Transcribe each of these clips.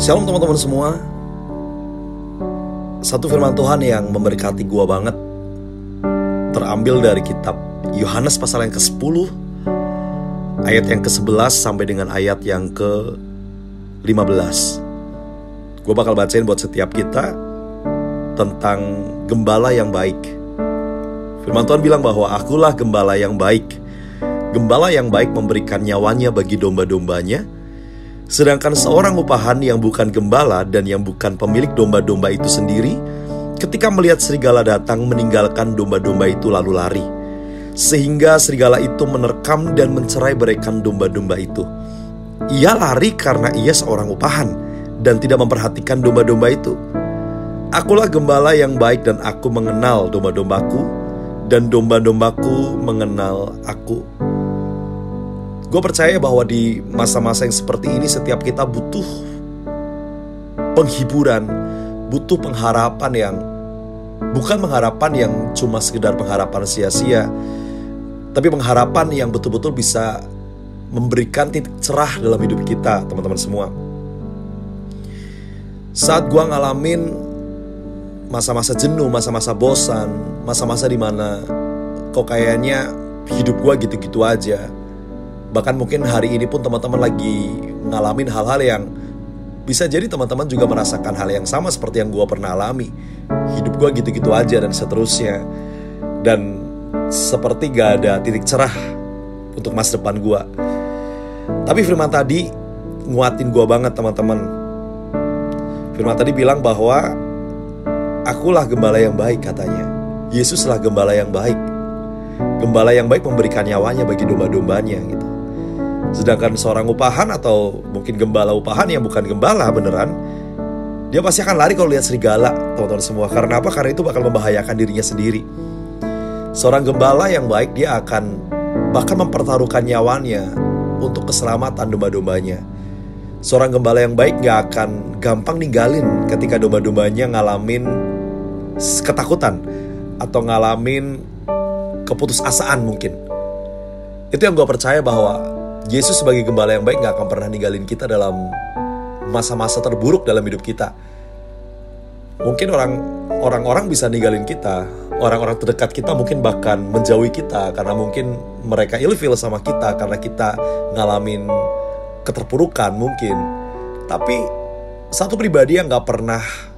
Shalom teman-teman semua. Satu firman Tuhan yang memberkati gua banget terambil dari kitab Yohanes pasal yang ke-10 ayat yang ke-11 sampai dengan ayat yang ke-15. Gua bakal bacain buat setiap kita tentang gembala yang baik. Firman Tuhan bilang bahwa akulah gembala yang baik. Gembala yang baik memberikan nyawanya bagi domba-dombanya. Sedangkan seorang upahan yang bukan gembala dan yang bukan pemilik domba-domba itu sendiri, ketika melihat serigala datang, meninggalkan domba-domba itu lalu lari. Sehingga serigala itu menerkam dan mencerai-beraikan domba-domba itu. Ia lari karena ia seorang upahan dan tidak memperhatikan domba-domba itu. Akulah gembala yang baik dan aku mengenal domba-dombaku, dan domba-dombaku mengenal aku. Gue percaya bahwa di masa-masa yang seperti ini setiap kita butuh penghiburan, butuh pengharapan yang bukan pengharapan yang cuma sekedar pengharapan sia-sia, tapi pengharapan yang betul-betul bisa memberikan titik cerah dalam hidup kita, teman-teman semua. Saat gue ngalamin masa-masa jenuh, masa-masa bosan, masa-masa dimana kok kayaknya hidup gue gitu-gitu aja. Bahkan mungkin hari ini pun teman-teman lagi ngalamin hal-hal yang bisa jadi teman-teman juga merasakan hal yang sama seperti yang gue pernah alami. Hidup gue gitu-gitu aja dan seterusnya. Dan seperti gak ada titik cerah untuk masa depan gue. Tapi firman tadi nguatin gue banget teman-teman. Firman tadi bilang bahwa akulah gembala yang baik katanya. Yesuslah gembala yang baik. Gembala yang baik memberikan nyawanya bagi domba-dombanya gitu. Sedangkan seorang upahan atau mungkin gembala upahan yang bukan gembala beneran, dia pasti akan lari kalau lihat serigala, teman-teman semua. Karena apa? Karena itu bakal membahayakan dirinya sendiri. Seorang gembala yang baik, dia akan bahkan mempertaruhkan nyawanya untuk keselamatan domba-dombanya. Seorang gembala yang baik gak akan gampang ninggalin ketika domba-dombanya ngalamin ketakutan atau ngalamin keputusasaan mungkin. Itu yang gue percaya bahwa Yesus sebagai gembala yang baik gak akan pernah ninggalin kita dalam masa-masa terburuk dalam hidup kita. Mungkin orang-orang bisa ninggalin kita, orang-orang terdekat kita mungkin bahkan menjauhi kita karena mungkin mereka ilfeel sama kita karena kita ngalamin keterpurukan mungkin. Tapi satu pribadi yang gak pernah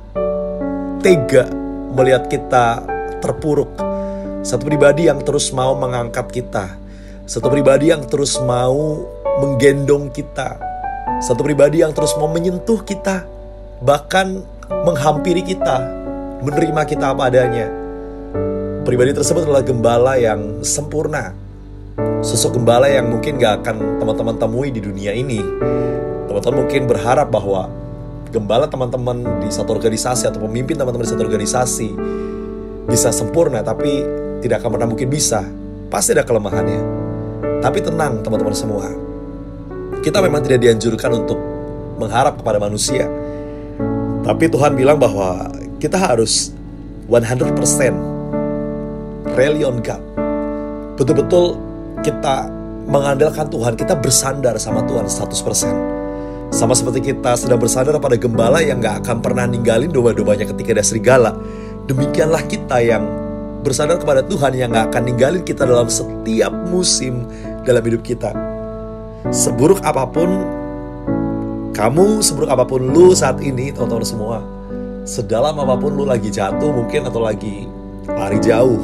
tega melihat kita terpuruk, satu pribadi yang terus mau mengangkat kita, satu pribadi yang terus mau menggendong kita, satu pribadi yang terus mau menyentuh kita, bahkan menghampiri kita, menerima kita apa adanya. Pribadi tersebut adalah gembala yang sempurna. Sosok gembala yang mungkin gak akan teman-teman temui di dunia ini. Teman-teman mungkin berharap bahwa gembala teman-teman di satu organisasi atau pemimpin teman-teman di satu organisasi bisa sempurna, tapi tidak akan pernah mungkin bisa. Pasti ada kelemahannya. Tapi tenang teman-teman semua, kita memang tidak dianjurkan untuk mengharap kepada manusia. Tapi Tuhan bilang bahwa kita harus 100% rely on God. Betul-betul kita mengandalkan Tuhan, kita bersandar sama Tuhan 100%. Sama seperti kita sedang bersandar pada gembala yang gak akan pernah ninggalin domba-dombanya ketika ada serigala. Demikianlah kita yang bersandar kepada Tuhan yang gak akan ninggalin kita dalam setiap musim dalam hidup kita. Seburuk apapun kamu, seburuk apapun lu saat ini, teman-teman semua, sedalam apapun lu lagi jatuh mungkin atau lagi lari jauh,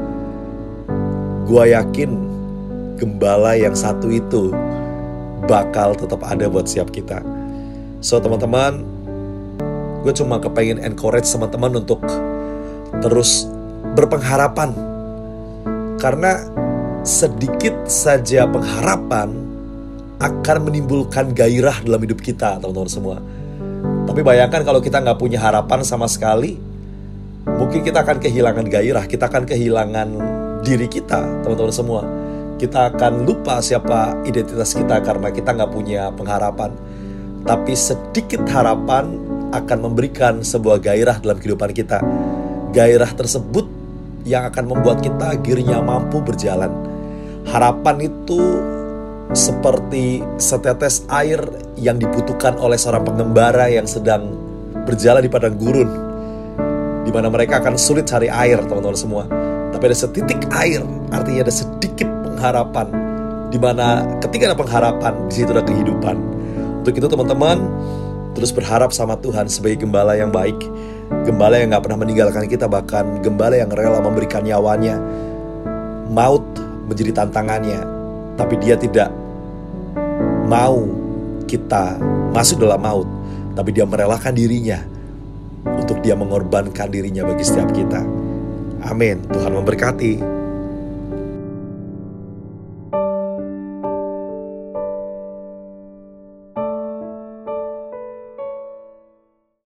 gua yakin gembala yang satu itu bakal tetap ada buat siap kita. So teman-teman, gue cuma kepengen encourage teman-teman untuk terus berpengharapan. Karena sedikit saja pengharapan akan menimbulkan gairah dalam hidup kita, teman-teman semua. Tapi bayangkan kalau kita gak punya harapan sama sekali, mungkin kita akan kehilangan gairah, kita akan kehilangan diri kita, teman-teman semua. Kita akan lupa siapa identitas kita karena kita gak punya pengharapan. Tapi sedikit harapan akan memberikan sebuah gairah dalam kehidupan kita. Gairah tersebut yang akan membuat kita akhirnya mampu berjalan. Harapan itu seperti setetes air yang dibutuhkan oleh seorang pengembara yang sedang berjalan di padang gurun, di mana mereka akan sulit cari air, teman-teman semua. Tapi ada setitik air, artinya ada sedikit pengharapan, di mana ketika ada pengharapan, di situ ada kehidupan. Untuk itu teman-teman, terus berharap sama Tuhan sebagai gembala yang baik, gembala yang gak pernah meninggalkan kita, bahkan gembala yang rela memberikan nyawanya. Maut menjadi tantangannya, tapi dia tidak mau kita masuk dalam maut, tapi dia merelakan dirinya untuk dia mengorbankan dirinya bagi setiap kita. Amin. Tuhan memberkati.